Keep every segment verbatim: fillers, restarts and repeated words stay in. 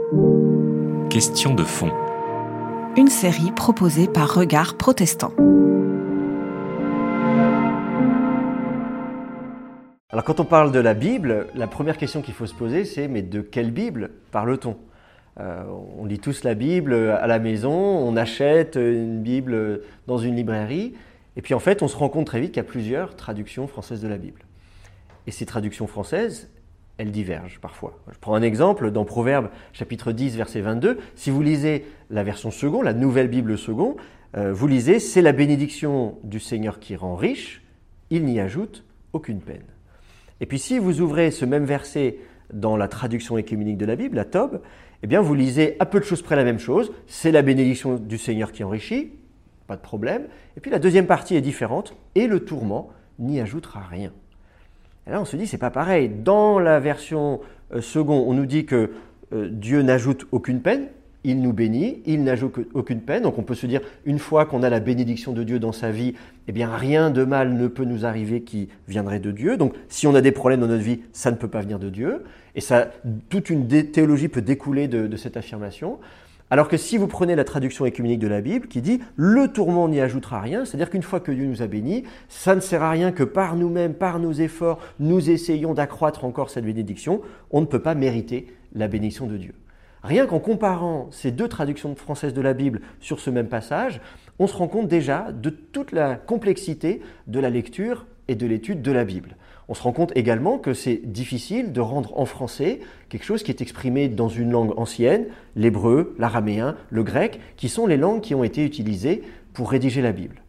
Question de fond. Une série proposée par Regard Protestant. Alors quand on parle de la Bible, la première question qu'il faut se poser, c'est mais de quelle Bible parle-t-on ? euh, On lit tous la Bible à la maison, on achète une Bible dans une librairie, et puis en fait on se rend compte très vite qu'il y a plusieurs traductions françaises de la Bible. Et ces traductions françaises, elles divergent parfois. Je prends un exemple, dans Proverbes chapitre dix, verset vingt-deux, si vous lisez la version second, la nouvelle Bible second, euh, vous lisez « C'est la bénédiction du Seigneur qui rend riche, il n'y ajoute aucune peine ». Et puis si vous ouvrez ce même verset dans la traduction écuménique de la Bible, la T O B, eh bien vous lisez à peu de choses près la même chose, « C'est la bénédiction du Seigneur qui enrichit », pas de problème. Et puis la deuxième partie est différente, « Et le tourment n'y ajoutera rien ». Et là, on se dit, c'est pas pareil. Dans la version euh, seconde, on nous dit que euh, Dieu n'ajoute aucune peine, il nous bénit, il n'ajoute aucune peine. Donc on peut se dire, une fois qu'on a la bénédiction de Dieu dans sa vie, eh bien rien de mal ne peut nous arriver qui viendrait de Dieu. Donc si on a des problèmes dans notre vie, ça ne peut pas venir de Dieu. Et ça, toute une dé- théologie peut découler de, de cette affirmation. Alors que si vous prenez la traduction écuménique de la Bible qui dit « le tourment n'y ajoutera rien », c'est-à-dire qu'une fois que Dieu nous a bénis, ça ne sert à rien que par nous-mêmes, par nos efforts, nous essayons d'accroître encore cette bénédiction, on ne peut pas mériter la bénédiction de Dieu. Rien qu'en comparant ces deux traductions françaises de la Bible sur ce même passage, on se rend compte déjà de toute la complexité de la lecture et de l'étude de la Bible. On se rend compte également que c'est difficile de rendre en français quelque chose qui est exprimé dans une langue ancienne, l'hébreu, l'araméen, le grec, qui sont les langues qui ont été utilisées pour rédiger la Bible.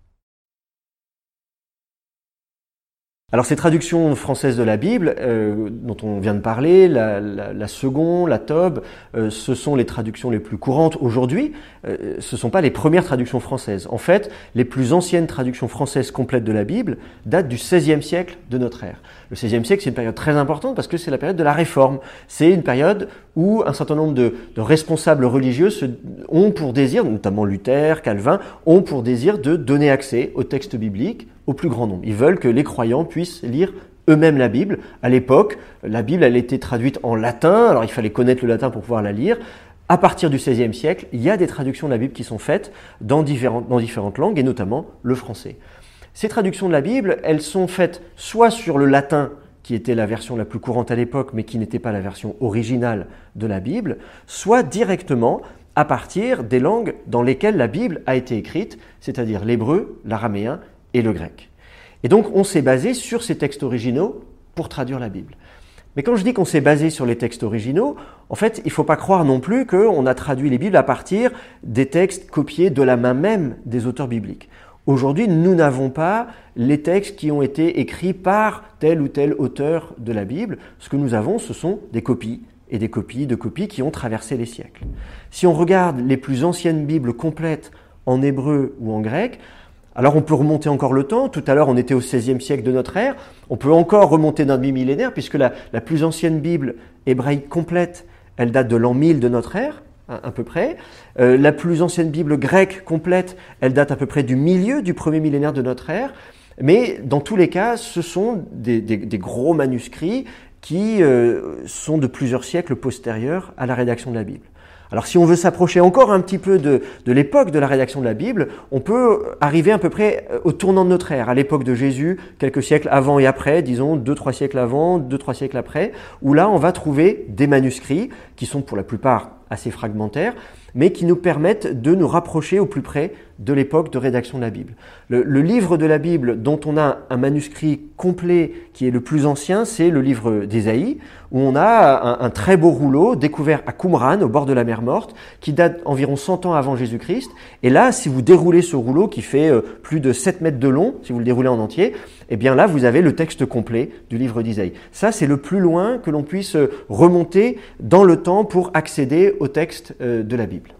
Alors ces traductions françaises de la Bible, euh, dont on vient de parler, la, la, la seconde, la T O B, euh, ce sont les traductions les plus courantes aujourd'hui. Euh, ce ne sont pas les premières traductions françaises. En fait, les plus anciennes traductions françaises complètes de la Bible datent du seizième siècle de notre ère. Le seizième siècle, c'est une période très importante parce que c'est la période de la Réforme. C'est une période où un certain nombre de, de responsables religieux se, ont pour désir, notamment Luther, Calvin, ont pour désir de donner accès aux textes bibliques au plus grand nombre. Ils veulent que les croyants puissent lire eux-mêmes la Bible. À l'époque, la Bible elle était traduite en latin, alors il fallait connaître le latin pour pouvoir la lire. À partir du seizième siècle, il y a des traductions de la Bible qui sont faites dans différentes, dans différentes langues, et notamment le français. Ces traductions de la Bible, elles sont faites soit sur le latin, qui était la version la plus courante à l'époque, mais qui n'était pas la version originale de la Bible, soit directement à partir des langues dans lesquelles la Bible a été écrite, c'est-à-dire l'hébreu, l'araméen et le grec. Et donc on s'est basé sur ces textes originaux pour traduire la Bible. Mais quand je dis qu'on s'est basé sur les textes originaux, en fait, il ne faut pas croire non plus qu'on a traduit les Bibles à partir des textes copiés de la main même des auteurs bibliques. Aujourd'hui, nous n'avons pas les textes qui ont été écrits par tel ou tel auteur de la Bible. Ce que nous avons, ce sont des copies et des copies de copies qui ont traversé les siècles. Si on regarde les plus anciennes Bibles complètes en hébreu ou en grec, alors on peut remonter encore le temps. Tout à l'heure, on était au seizième siècle de notre ère. On peut encore remonter d'un demi-millénaire puisque la, la plus ancienne Bible hébraïque complète, elle date de l'an mille de notre ère, à, à peu près. Euh, la plus ancienne Bible grecque complète, elle date à peu près du milieu du premier millénaire de notre ère. Mais dans tous les cas, ce sont des, des, des gros manuscrits qui euh, sont de plusieurs siècles postérieurs à la rédaction de la Bible. Alors si on veut s'approcher encore un petit peu de, de l'époque de la rédaction de la Bible, on peut arriver à peu près au tournant de notre ère, à l'époque de Jésus, quelques siècles avant et après, disons deux, trois siècles avant, deux, trois siècles après, où là on va trouver des manuscrits qui sont pour la plupart assez fragmentaires, mais qui nous permettent de nous rapprocher au plus près de l'époque de rédaction de la Bible. Le, le livre de la Bible dont on a un manuscrit complet qui est le plus ancien, c'est le livre d'Ésaïe, où on a un, un très beau rouleau découvert à Qumran, au bord de la mer Morte, qui date environ cent ans avant Jésus-Christ. Et là, si vous déroulez ce rouleau qui fait euh, plus de sept mètres de long, si vous le déroulez en entier, eh bien là, vous avez le texte complet du livre d'Ésaïe. Ça, c'est le plus loin que l'on puisse remonter dans le temps pour accéder au texte euh, de la Bible.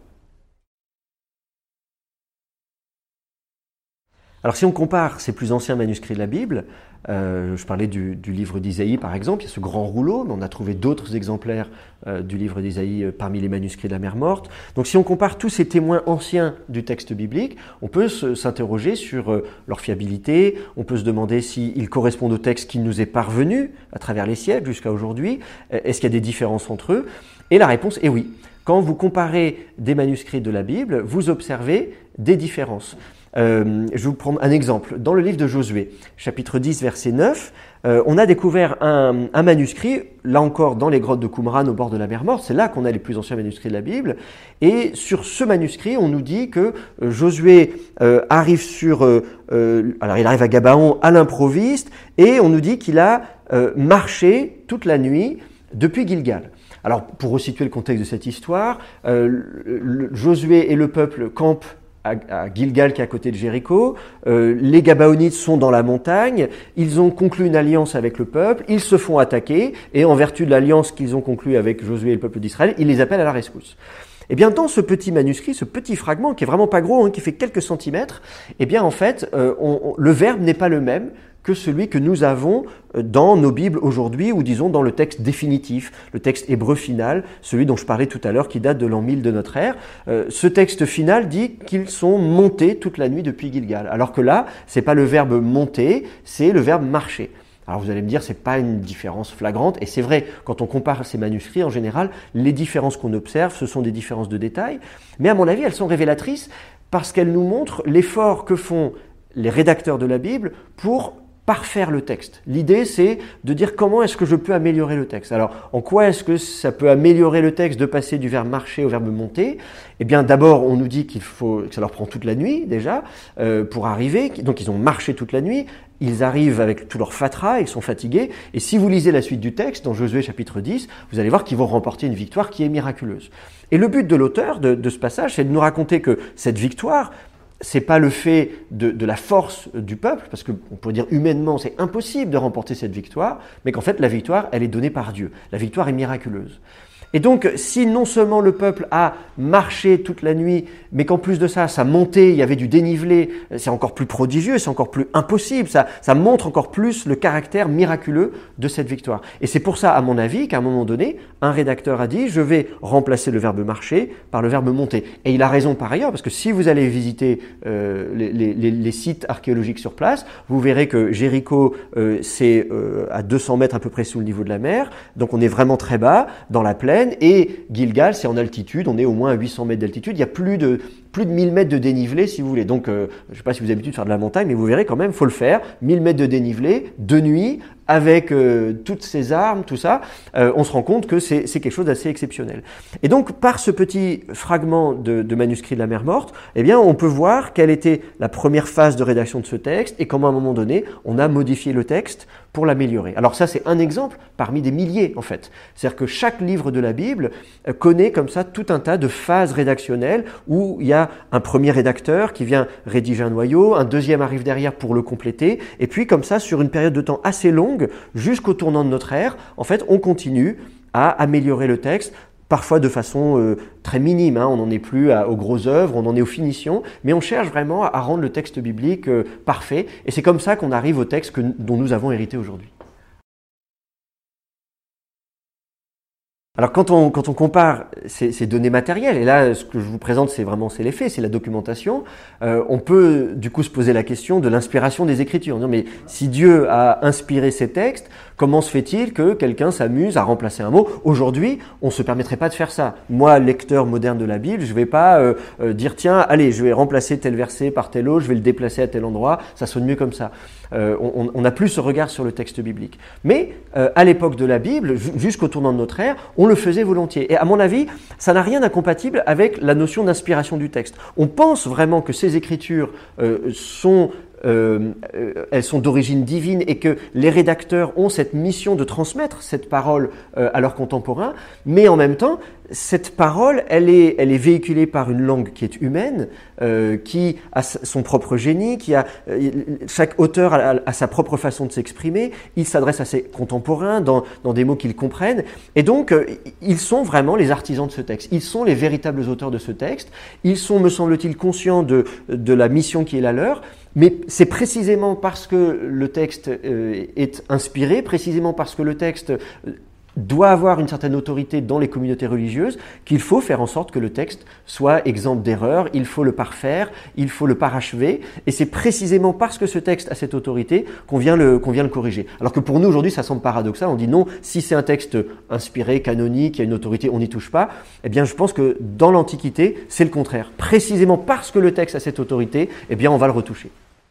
Alors si on compare ces plus anciens manuscrits de la Bible, euh, je parlais du, du livre d'Ésaïe par exemple, il y a ce grand rouleau, mais on a trouvé d'autres exemplaires euh, du livre d'Ésaïe parmi les manuscrits de la mer Morte. Donc si on compare tous ces témoins anciens du texte biblique, on peut se, s'interroger sur euh, leur fiabilité, on peut se demander s'ils correspondent au texte qui nous est parvenu à travers les siècles jusqu'à aujourd'hui, est-ce qu'il y a des différences entre eux ? Et la réponse est oui. Quand vous comparez des manuscrits de la Bible, vous observez des différences. Euh, je vais vous prendre un exemple. Dans le livre de Josué, chapitre dix, verset neuf, euh, on a découvert un, un manuscrit, là encore dans les grottes de Qumran au bord de la mer Morte, c'est là qu'on a les plus anciens manuscrits de la Bible, et sur ce manuscrit, on nous dit que euh, Josué euh, arrive sur, euh, euh, alors il arrive à Gabaon à l'improviste, et on nous dit qu'il a euh, marché toute la nuit depuis Gilgal. Alors, pour resituer le contexte de cette histoire, euh, le, le, Josué et le peuple campent à, à Gilgal, qui est à côté de Jéricho. Euh, les Gabaonites sont dans la montagne. Ils ont conclu une alliance avec le peuple. Ils se font attaquer. Et en vertu de l'alliance qu'ils ont conclue avec Josué et le peuple d'Israël, ils les appellent à la rescousse. Eh bien, dans ce petit manuscrit, ce petit fragment, qui est vraiment pas gros, hein, qui fait quelques centimètres, eh bien, en fait, euh, on, on, le verbe n'est pas le même que celui que nous avons dans nos Bibles aujourd'hui, ou disons dans le texte définitif, le texte hébreu final, celui dont je parlais tout à l'heure, qui date de l'an mille de notre ère. Euh, ce texte final dit qu'ils sont montés toute la nuit depuis Gilgal, alors que là, c'est pas le verbe monter, c'est le verbe marcher. Alors vous allez me dire, c'est pas une différence flagrante, et c'est vrai, quand on compare ces manuscrits, en général, les différences qu'on observe, ce sont des différences de détail, mais à mon avis, elles sont révélatrices parce qu'elles nous montrent l'effort que font les rédacteurs de la Bible pour parfaire le texte. L'idée, c'est de dire comment est-ce que je peux améliorer le texte. Alors, en quoi est-ce que ça peut améliorer le texte de passer du verbe marcher au verbe monter ? Eh bien, d'abord, on nous dit qu'il faut, que ça leur prend toute la nuit, déjà, euh, pour arriver. Donc, ils ont marché toute la nuit. Ils arrivent avec tout leur fatras, ils sont fatigués. Et si vous lisez la suite du texte, dans Josué chapitre dix, vous allez voir qu'ils vont remporter une victoire qui est miraculeuse. Et le but de l'auteur de, de ce passage, c'est de nous raconter que cette victoire, c'est pas le fait de, de la force du peuple, parce qu'on pourrait dire humainement, c'est impossible de remporter cette victoire, mais qu'en fait, la victoire, elle est donnée par Dieu. La victoire est miraculeuse. Et donc, si non seulement le peuple a marché toute la nuit, mais qu'en plus de ça, ça montait, il y avait du dénivelé, c'est encore plus prodigieux, c'est encore plus impossible, ça, ça montre encore plus le caractère miraculeux de cette victoire. Et c'est pour ça, à mon avis, qu'à un moment donné, un rédacteur a dit « je vais remplacer le verbe marcher par le verbe monter ». Et il a raison par ailleurs, parce que si vous allez visiter euh, les, les, les sites archéologiques sur place, vous verrez que Jéricho, euh, c'est euh, à deux cents mètres à peu près sous le niveau de la mer, donc on est vraiment très bas, dans la plaine. Et Gilgal, c'est en altitude, on est au moins à huit cents mètres d'altitude, il y a plus de, plus de mille mètres de dénivelé si vous voulez. Donc, euh, je ne sais pas si vous avez l'habitude de faire de la montagne, mais vous verrez quand même, il faut le faire, mille mètres de dénivelé, de nuit, avec euh, toutes ces armes, tout ça, euh, on se rend compte que c'est, c'est quelque chose d'assez exceptionnel. Et donc, par ce petit fragment de, de manuscrit de la mer Morte, eh bien, on peut voir quelle était la première phase de rédaction de ce texte et comment, à un moment donné, on a modifié le texte pour l'améliorer. Alors ça, c'est un exemple parmi des milliers, en fait. C'est-à-dire que chaque livre de la Bible connaît comme ça tout un tas de phases rédactionnelles où il y a un premier rédacteur qui vient rédiger un noyau, un deuxième arrive derrière pour le compléter, et puis comme ça, sur une période de temps assez longue, jusqu'au tournant de notre ère, en fait, on continue à améliorer le texte, parfois de façon euh, très minime, hein. On n'en est plus à, aux grosses œuvres, on en est aux finitions, mais on cherche vraiment à, à rendre le texte biblique euh, parfait, et c'est comme ça qu'on arrive au texte que, dont nous avons hérité aujourd'hui. Alors quand on, quand on compare ces, ces données matérielles, et là ce que je vous présente c'est vraiment c'est les faits, c'est la documentation, euh, on peut du coup se poser la question de l'inspiration des Écritures. Non, mais si Dieu a inspiré ces textes, comment se fait-il que quelqu'un s'amuse à remplacer un mot ? Aujourd'hui, on ne se permettrait pas de faire ça. Moi, lecteur moderne de la Bible, je ne vais pas euh, euh, dire tiens, allez, je vais remplacer tel verset par tel autre, je vais le déplacer à tel endroit, ça sonne mieux comme ça. Euh, on n'a plus ce regard sur le texte biblique. Mais euh, à l'époque de la Bible, jusqu'au tournant de notre ère, on le faisait volontiers. Et à mon avis, ça n'a rien d'incompatible avec la notion d'inspiration du texte. On pense vraiment que ces écritures euh, sont... Euh, euh, elles sont d'origine divine et que les rédacteurs ont cette mission de transmettre cette parole euh, à leurs contemporains, mais en même temps, cette parole, elle est, elle est véhiculée par une langue qui est humaine, euh, qui a son propre génie, qui a euh, chaque auteur a, a sa propre façon de s'exprimer. Il s'adresse à ses contemporains dans, dans des mots qu'ils comprennent, et donc euh, ils sont vraiment les artisans de ce texte. Ils sont les véritables auteurs de ce texte. Ils sont, me semble-t-il, conscients de, de la mission qui est la leur. Mais c'est précisément parce que le texte euh, est inspiré, précisément parce que le texte doit avoir une certaine autorité dans les communautés religieuses, qu'il faut faire en sorte que le texte soit exempt d'erreur, il faut le parfaire, il faut le parachever, et c'est précisément parce que ce texte a cette autorité qu'on vient le, qu'on vient le corriger. Alors que pour nous aujourd'hui ça semble paradoxal, on dit non, si c'est un texte inspiré, canonique, qui a une autorité, on n'y touche pas. Eh bien je pense que dans l'Antiquité, c'est le contraire. Précisément parce que le texte a cette autorité, eh bien on va le retoucher.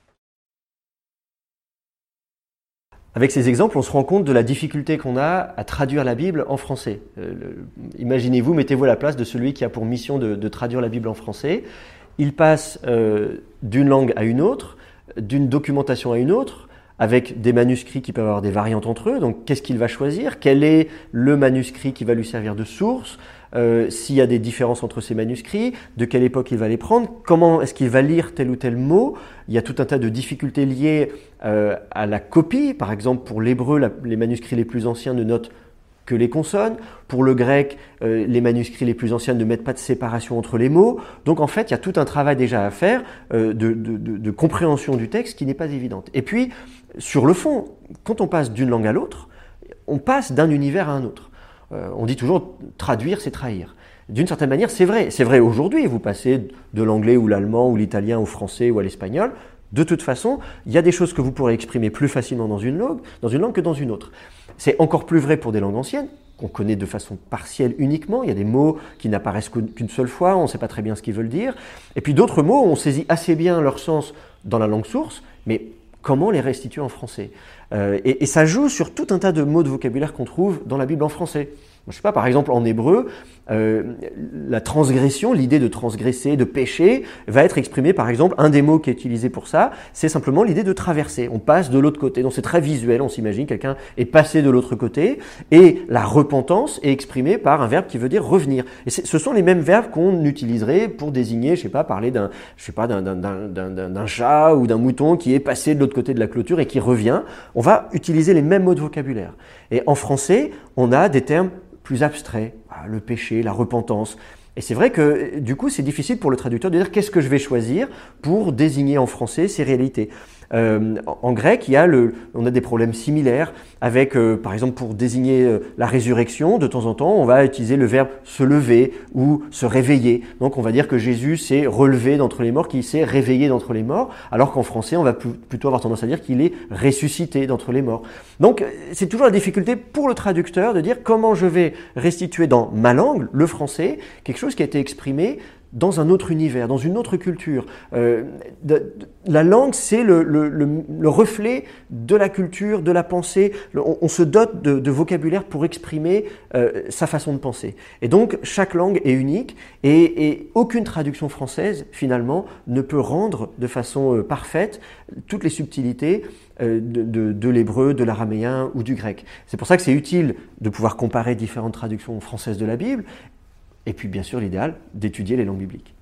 Avec ces exemples, on se rend compte de la difficulté qu'on a à traduire la Bible en français. Euh, le, imaginez-vous, mettez-vous à la place de celui qui a pour mission de, de traduire la Bible en français. Il passe euh, d'une langue à une autre, d'une documentation à une autre, avec des manuscrits qui peuvent avoir des variantes entre eux. Donc, qu'est-ce qu'il va choisir? Quel est le manuscrit qui va lui servir de source? Euh, s'il y a des différences entre ces manuscrits, de quelle époque il va les prendre, comment est-ce qu'il va lire tel ou tel mot. Il y a tout un tas de difficultés liées euh, à la copie. Par exemple, pour l'hébreu, la, les manuscrits les plus anciens ne notent que les consonnes. Pour le grec, euh, les manuscrits les plus anciens ne mettent pas de séparation entre les mots. Donc en fait, il y a tout un travail déjà à faire euh, de, de, de, de compréhension du texte qui n'est pas évidente. Et puis, sur le fond, quand on passe d'une langue à l'autre, on passe d'un univers à un autre. Euh, on dit toujours traduire, c'est trahir. D'une certaine manière, c'est vrai. C'est vrai aujourd'hui. Vous passez de l'anglais ou l'allemand ou l'italien au français ou à l'espagnol. De toute façon, il y a des choses que vous pourrez exprimer plus facilement dans une langue, dans une langue que dans une autre. C'est encore plus vrai pour des langues anciennes, qu'on connaît de façon partielle uniquement. Il y a des mots qui n'apparaissent qu'une seule fois, on ne sait pas très bien ce qu'ils veulent dire. Et puis d'autres mots, on saisit assez bien leur sens dans la langue source, mais comment les restituer en français? euh, et, et ça joue sur tout un tas de mots de vocabulaire qu'on trouve dans la Bible en français. Je ne sais pas, par exemple, en hébreu, euh, la transgression, l'idée de transgresser, de pécher, va être exprimée, par exemple, un des mots qui est utilisé pour ça, c'est simplement l'idée de traverser. On passe de l'autre côté. Donc c'est très visuel, on s'imagine, quelqu'un est passé de l'autre côté, et la repentance est exprimée par un verbe qui veut dire revenir. Et ce sont les mêmes verbes qu'on utiliserait pour désigner, je sais pas, parler d'un, je sais pas, d'un, d'un, d'un, d'un, d'un chat ou d'un mouton qui est passé de l'autre côté de la clôture et qui revient. On va utiliser les mêmes mots de vocabulaire. Et en français, on a des termes plus abstrait, le péché, la repentance. Et c'est vrai que du coup, c'est difficile pour le traducteur de dire qu'est-ce que je vais choisir pour désigner en français ces réalités. Euh, en grec, il y a le, on a des problèmes similaires avec, euh, par exemple, pour désigner euh, la résurrection, de temps en temps, on va utiliser le verbe se lever ou se réveiller. Donc, on va dire que Jésus s'est relevé d'entre les morts, qu'il s'est réveillé d'entre les morts, alors qu'en français, on va plus, plutôt avoir tendance à dire qu'il est ressuscité d'entre les morts. Donc, c'est toujours la difficulté pour le traducteur de dire comment je vais restituer dans ma langue, le français, quelque chose qui a été exprimé dans un autre univers, dans une autre culture. Euh, de, de, la langue, c'est le, le, le, le reflet de la culture, de la pensée. Le, on, on se dote de, de vocabulaire pour exprimer euh, sa façon de penser. Et donc, chaque langue est unique et, et aucune traduction française, finalement, ne peut rendre de façon euh, parfaite toutes les subtilités euh, de, de, de l'hébreu, de l'araméen ou du grec. C'est pour ça que c'est utile de pouvoir comparer différentes traductions françaises de la Bible. Et puis, bien sûr, l'idéal, d'étudier les langues bibliques.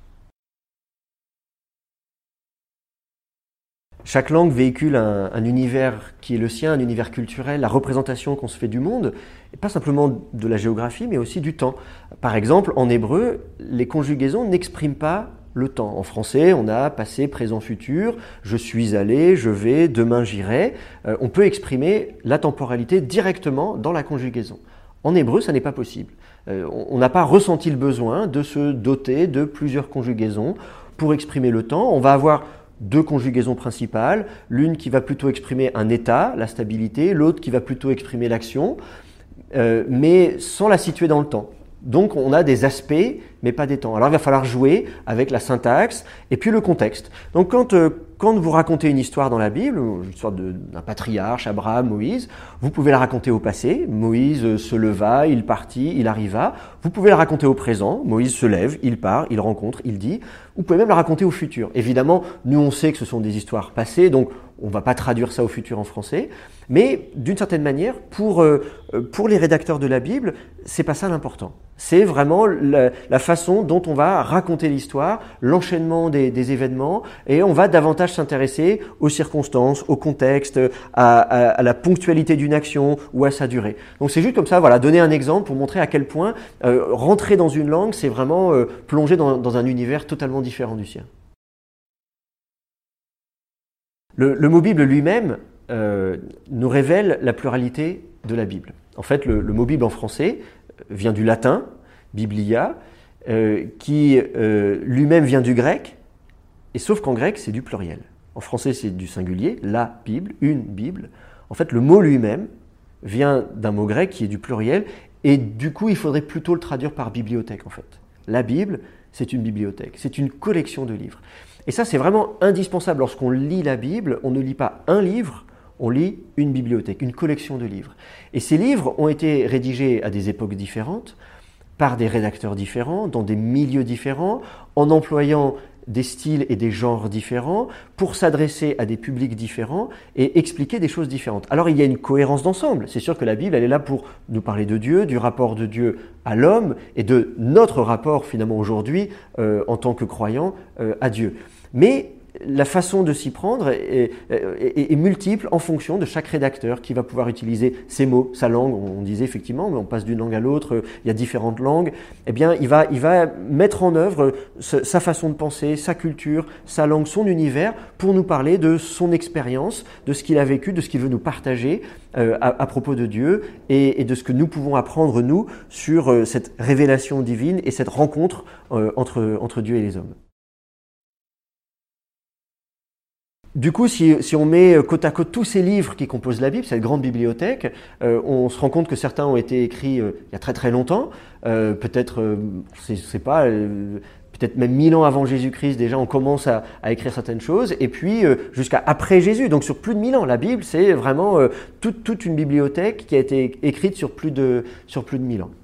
Chaque langue véhicule un, un univers qui est le sien, un univers culturel, la représentation qu'on se fait du monde, et pas simplement de la géographie, mais aussi du temps. Par exemple, en hébreu, les conjugaisons n'expriment pas le temps. En français, on a passé, présent, futur, je suis allé, je vais, demain j'irai. Euh, on peut exprimer la temporalité directement dans la conjugaison. En hébreu, ça n'est pas possible. Euh, on n'a pas ressenti le besoin de se doter de plusieurs conjugaisons pour exprimer le temps. On va avoir deux conjugaisons principales, l'une qui va plutôt exprimer un état, la stabilité, l'autre qui va plutôt exprimer l'action, euh, mais sans la situer dans le temps. Donc on a des aspects, mais pas des temps. Alors il va falloir jouer avec la syntaxe et puis le contexte. Donc quand, euh, quand vous racontez une histoire dans la Bible, l'histoire d'un patriarche, Abraham, Moïse, vous pouvez la raconter au passé. Moïse se leva, il partit, il arriva. Vous pouvez la raconter au présent. Moïse se lève, il part, il rencontre, il dit. Vous pouvez même la raconter au futur. Évidemment, nous on sait que ce sont des histoires passées, donc on ne va pas traduire ça au futur en français. Mais d'une certaine manière, pour, euh, pour les rédacteurs de la Bible, c'est pas ça l'important. C'est vraiment la, la façon dont on va raconter l'histoire, l'enchaînement des, des événements, et on va davantage s'intéresser aux circonstances, au contexte, à, à, à la ponctualité d'une action ou à sa durée. Donc c'est juste comme ça, voilà, donner un exemple pour montrer à quel point euh, rentrer dans une langue, c'est vraiment euh, plonger dans, dans un univers totalement différent du sien. Le, le mot Bible lui-même euh, nous révèle la pluralité de la Bible. En fait, le, le mot Bible en français vient du latin, biblia, euh, qui euh, lui-même vient du grec, et sauf qu'en grec, c'est du pluriel. En français, c'est du singulier, la Bible, une Bible. En fait, le mot lui-même vient d'un mot grec qui est du pluriel, et du coup, il faudrait plutôt le traduire par bibliothèque, en fait. La Bible, c'est une bibliothèque, c'est une collection de livres. Et ça, c'est vraiment indispensable. Lorsqu'on lit la Bible, on ne lit pas un livre, on lit une bibliothèque, une collection de livres. Et ces livres ont été rédigés à des époques différentes, par des rédacteurs différents, dans des milieux différents, en employant des styles et des genres différents, pour s'adresser à des publics différents et expliquer des choses différentes. Alors il y a une cohérence d'ensemble. C'est sûr que la Bible, elle est là pour nous parler de Dieu, du rapport de Dieu à l'homme et de notre rapport finalement aujourd'hui euh, en tant que croyant euh, à Dieu. Mais la façon de s'y prendre est, est, est multiple en fonction de chaque rédacteur qui va pouvoir utiliser ses mots, sa langue. On disait effectivement, mais on passe d'une langue à l'autre, il y a différentes langues. Eh bien, il va, il va mettre en œuvre sa façon de penser, sa culture, sa langue, son univers pour nous parler de son expérience, de ce qu'il a vécu, de ce qu'il veut nous partager euh, à, à propos de Dieu et, et de ce que nous pouvons apprendre, nous, sur euh, cette révélation divine et cette rencontre euh, entre, entre Dieu et les hommes. Du coup, si, si on met côte à côte tous ces livres qui composent la Bible, cette grande bibliothèque, euh, on se rend compte que certains ont été écrits euh, il y a très très longtemps, euh, peut-être, euh, c'est, c'est pas, euh, peut-être même mille ans avant Jésus-Christ, déjà on commence à, à écrire certaines choses, et puis euh, jusqu'à après Jésus, donc sur plus de mille ans. La Bible, c'est vraiment euh, toute, toute une bibliothèque qui a été écrite sur plus de, sur plus de mille ans.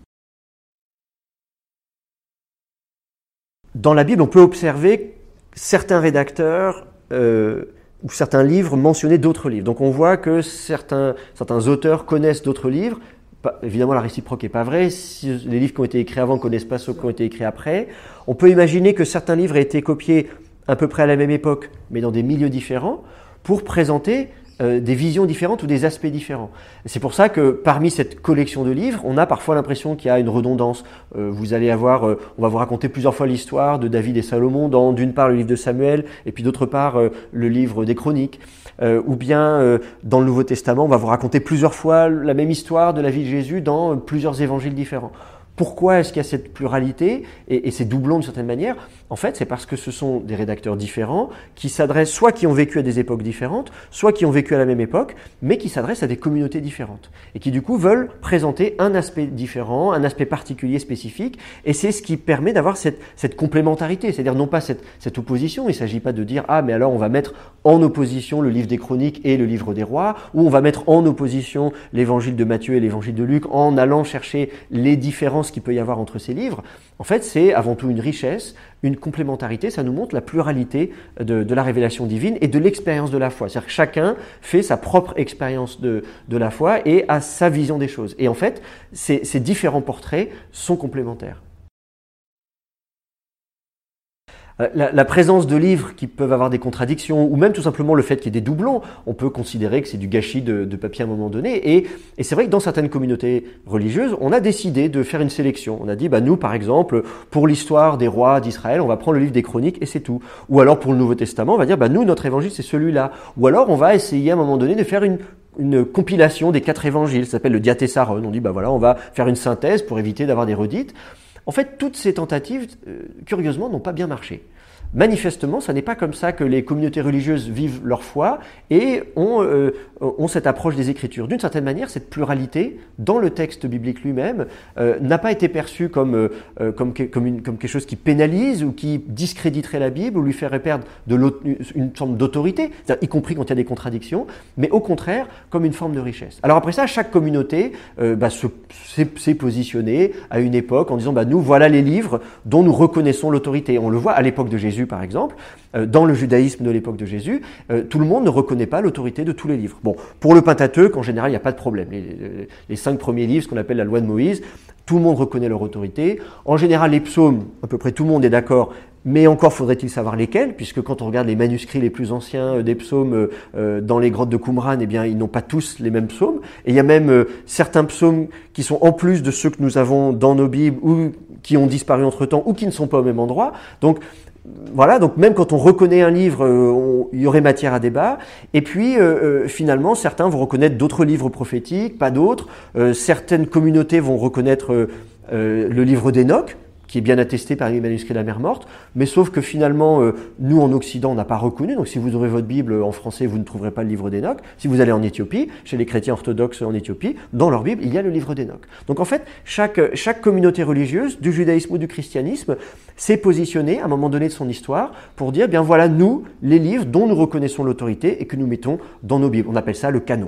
Dans la Bible, on peut observer certains rédacteurs euh, ou certains livres mentionner d'autres livres. Donc on voit que certains, certains auteurs connaissent d'autres livres. Pas, évidemment, la réciproque n'est pas vraie. Si les livres qui ont été écrits avant ne connaissent pas ceux qui ont été écrits après. On peut imaginer que certains livres aient été copiés à peu près à la même époque, mais dans des milieux différents, pour présenter euh, des visions différentes ou des aspects différents. C'est pour ça que parmi cette collection de livres, on a parfois l'impression qu'il y a une redondance. Euh, vous allez avoir, euh, on va vous raconter plusieurs fois l'histoire de David et Salomon dans d'une part le livre de Samuel et puis d'autre part euh, le livre des Chroniques. Euh, ou bien euh, dans le Nouveau Testament, on va vous raconter plusieurs fois la même histoire de la vie de Jésus dans euh, plusieurs évangiles différents. Pourquoi est-ce qu'il y a cette pluralité et, et ces doublons d'une certaine manière? En fait, c'est parce que ce sont des rédacteurs différents qui s'adressent, soit qui ont vécu à des époques différentes, soit qui ont vécu à la même époque, mais qui s'adressent à des communautés différentes et qui du coup veulent présenter un aspect différent, un aspect particulier, spécifique, et c'est ce qui permet d'avoir cette, cette complémentarité, c'est-à-dire non pas cette, cette opposition. Il ne s'agit pas de dire « Ah, mais alors on va mettre en opposition le livre des Chroniques et le livre des Rois », ou on va mettre en opposition l'évangile de Matthieu et l'évangile de Luc en allant chercher les différences qu'il peut y avoir entre ces livres. En fait, c'est avant tout une richesse, une complémentarité, ça nous montre la pluralité de, de la révélation divine et de l'expérience de la foi. C'est-à-dire que chacun fait sa propre expérience de, de la foi et a sa vision des choses. Et en fait, ces, ces différents portraits sont complémentaires. La, la présence de livres qui peuvent avoir des contradictions, ou même tout simplement le fait qu'il y ait des doublons, on peut considérer que c'est du gâchis de, de papier à un moment donné. Et, et c'est vrai que dans certaines communautés religieuses, on a décidé de faire une sélection. On a dit, bah nous par exemple, pour l'histoire des rois d'Israël, on va prendre le livre des Chroniques et c'est tout. Ou alors pour le Nouveau Testament, on va dire, bah nous notre évangile c'est celui-là. Ou alors on va essayer à un moment donné de faire une une compilation des quatre évangiles, ça s'appelle le diatessaron. On dit, bah voilà, on va faire une synthèse pour éviter d'avoir des redites. En fait, toutes ces tentatives, euh, curieusement, n'ont pas bien marché. Manifestement, ça n'est pas comme ça que les communautés religieuses vivent leur foi et ont, euh, ont cette approche des Écritures. D'une certaine manière, cette pluralité dans le texte biblique lui-même euh, n'a pas été perçue comme, euh, comme, comme, une, comme quelque chose qui pénalise ou qui discréditerait la Bible ou lui ferait perdre de une forme d'autorité, y compris quand il y a des contradictions, mais au contraire comme une forme de richesse. Alors après ça, chaque communauté euh, bah, se, s'est, s'est positionnée à une époque en disant bah, « nous, voilà les livres dont nous reconnaissons l'autorité ». On le voit à l'époque de Jésus, par exemple, euh, dans le judaïsme de l'époque de Jésus, euh, tout le monde ne reconnaît pas l'autorité de tous les livres. Bon, pour le Pentateuque, en général, il n'y a pas de problème. Les, les, les cinq premiers livres, ce qu'on appelle la loi de Moïse, tout le monde reconnaît leur autorité. En général, les psaumes, à peu près tout le monde est d'accord, mais encore faudrait-il savoir lesquels, puisque quand on regarde les manuscrits les plus anciens des psaumes euh, dans les grottes de Qumran, eh bien, ils n'ont pas tous les mêmes psaumes. Et il y a même euh, certains psaumes qui sont en plus de ceux que nous avons dans nos Bibles ou qui ont disparu entre-temps ou qui ne sont pas au même endroit. Donc, voilà, donc même quand on reconnaît un livre, euh, on, il y aurait matière à débat. Et puis, euh, finalement, certains vont reconnaître d'autres livres prophétiques, pas d'autres. Euh, certaines communautés vont reconnaître euh, euh, le livre d'Enoch, qui est bien attesté par les manuscrits de la Mer Morte, mais sauf que finalement, euh, nous en Occident, on n'a pas reconnu. Donc si vous ouvrez votre Bible en français, vous ne trouverez pas le livre d'Enoch. Si vous allez en Éthiopie, chez les chrétiens orthodoxes en Éthiopie, dans leur Bible, il y a le livre d'Enoch. Donc en fait, chaque, chaque communauté religieuse, du judaïsme ou du christianisme, s'est positionnée à un moment donné de son histoire pour dire, bien voilà, nous, les livres dont nous reconnaissons l'autorité et que nous mettons dans nos Bibles. On appelle ça le canon.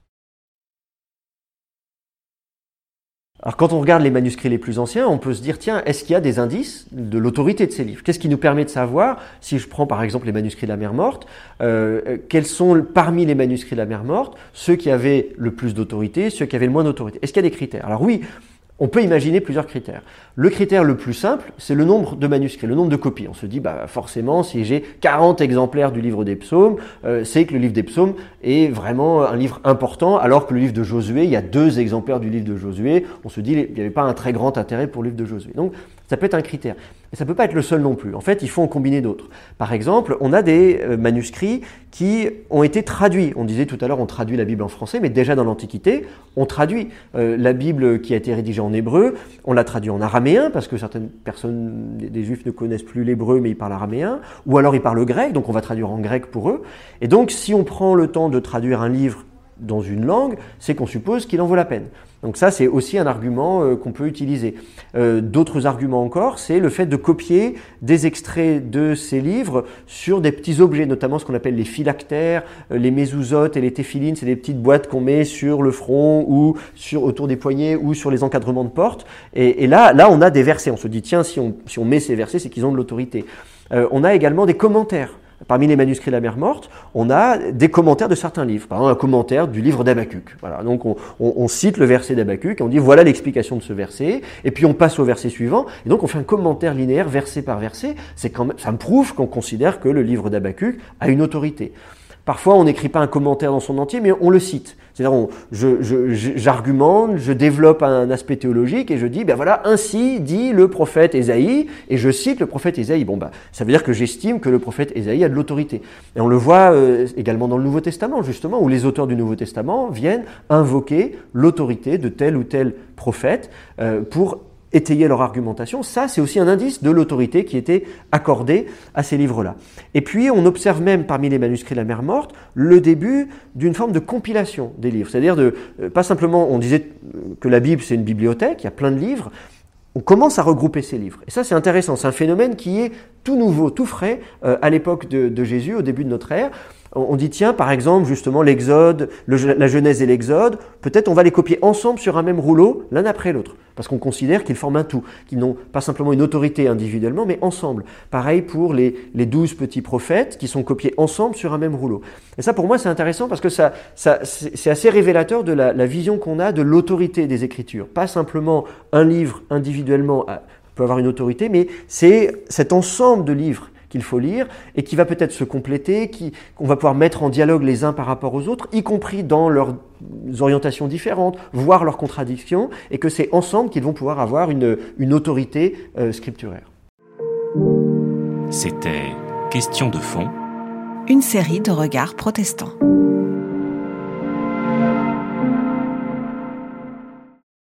Alors quand on regarde les manuscrits les plus anciens, on peut se dire, tiens, est-ce qu'il y a des indices de l'autorité de ces livres? Qu'est-ce qui nous permet de savoir, si je prends par exemple les manuscrits de la Mer Morte, euh, quels sont parmi les manuscrits de la Mer Morte ceux qui avaient le plus d'autorité, ceux qui avaient le moins d'autorité? Est-ce qu'il y a des critères? Alors oui, on peut imaginer plusieurs critères. Le critère le plus simple, c'est le nombre de manuscrits, le nombre de copies. On se dit, bah forcément, si j'ai quarante exemplaires du livre des psaumes, euh, c'est que le livre des psaumes est vraiment un livre important, alors que le livre de Josué, il y a deux exemplaires du livre de Josué. On se dit, il n'y avait pas un très grand intérêt pour le livre de Josué. Donc, ça peut être un critère. Mais ça ne peut pas être le seul non plus. En fait, il faut en combiner d'autres. Par exemple, on a des euh, manuscrits qui ont été traduits. On disait tout à l'heure, on traduit la Bible en français, mais déjà dans l'Antiquité, on traduit euh, la Bible qui a été rédigée en hébreu, on l'a traduit en araméen, parce que certaines personnes, des Juifs ne connaissent plus l'hébreu, mais ils parlent araméen, ou alors ils parlent grec, donc on va traduire en grec pour eux. Et donc, si on prend le temps de traduire un livre dans une langue, c'est qu'on suppose qu'il en vaut la peine. Donc ça, c'est aussi un argument euh, qu'on peut utiliser. Euh, d'autres arguments encore, c'est le fait de copier des extraits de ces livres sur des petits objets, notamment ce qu'on appelle les phylactères, euh, les mésouzotes et les téphilines. C'est des petites boîtes qu'on met sur le front ou sur, autour des poignets ou sur les encadrements de porte. Et, et là, là, on a des versets. On se dit, tiens, si on, si on met ces versets, c'est qu'ils ont de l'autorité. Euh, on a également des commentaires. Parmi les manuscrits de la Mer Morte, on a des commentaires de certains livres. Par exemple, un commentaire du livre d'Habakkuk. Voilà. Donc, on, on, on cite le verset d'Habakkuk et on dit voilà l'explication de ce verset. Et puis, on passe au verset suivant. Et donc, on fait un commentaire linéaire, verset par verset. C'est quand même, ça me prouve qu'on considère que le livre d'Habakkuk a une autorité. Parfois, on n'écrit pas un commentaire dans son entier, mais on le cite. C'est-à-dire, on, je, je, j'argumente, je développe un aspect théologique et je dis, ben voilà, ainsi dit le prophète Ésaïe, et je cite le prophète Ésaïe. Bon, ben, ça veut dire que j'estime que le prophète Ésaïe a de l'autorité. Et on le voit euh, également dans le Nouveau Testament, justement, où les auteurs du Nouveau Testament viennent invoquer l'autorité de tel ou tel prophète euh, pour étayer leur argumentation. Ça, c'est aussi un indice de l'autorité qui était accordée à ces livres-là. Et puis, on observe même parmi les manuscrits de la Mer Morte le début d'une forme de compilation des livres. C'est-à-dire, de, euh, pas simplement, on disait que la Bible, c'est une bibliothèque, il y a plein de livres. On commence à regrouper ces livres. Et ça, c'est intéressant. C'est un phénomène qui est tout nouveau, tout frais euh, à l'époque de, de Jésus, au début de notre ère. On dit, tiens, par exemple, justement, l'Exode, le, la Genèse et l'Exode, peut-être on va les copier ensemble sur un même rouleau, l'un après l'autre, parce qu'on considère qu'ils forment un tout, qu'ils n'ont pas simplement une autorité individuellement, mais ensemble. Pareil pour les, les douze petits prophètes qui sont copiés ensemble sur un même rouleau. Et ça, pour moi, c'est intéressant parce que ça, ça, c'est assez révélateur de la, la vision qu'on a de l'autorité des Écritures. Pas simplement un livre individuellement peut avoir une autorité, mais c'est cet ensemble de livres qu'il faut lire et qui va peut-être se compléter, qui, qu'on va pouvoir mettre en dialogue les uns par rapport aux autres, y compris dans leurs orientations différentes, voire leurs contradictions, et que c'est ensemble qu'ils vont pouvoir avoir une, une autorité euh, scripturaire. C'était Question de fond. Une série de regards protestants.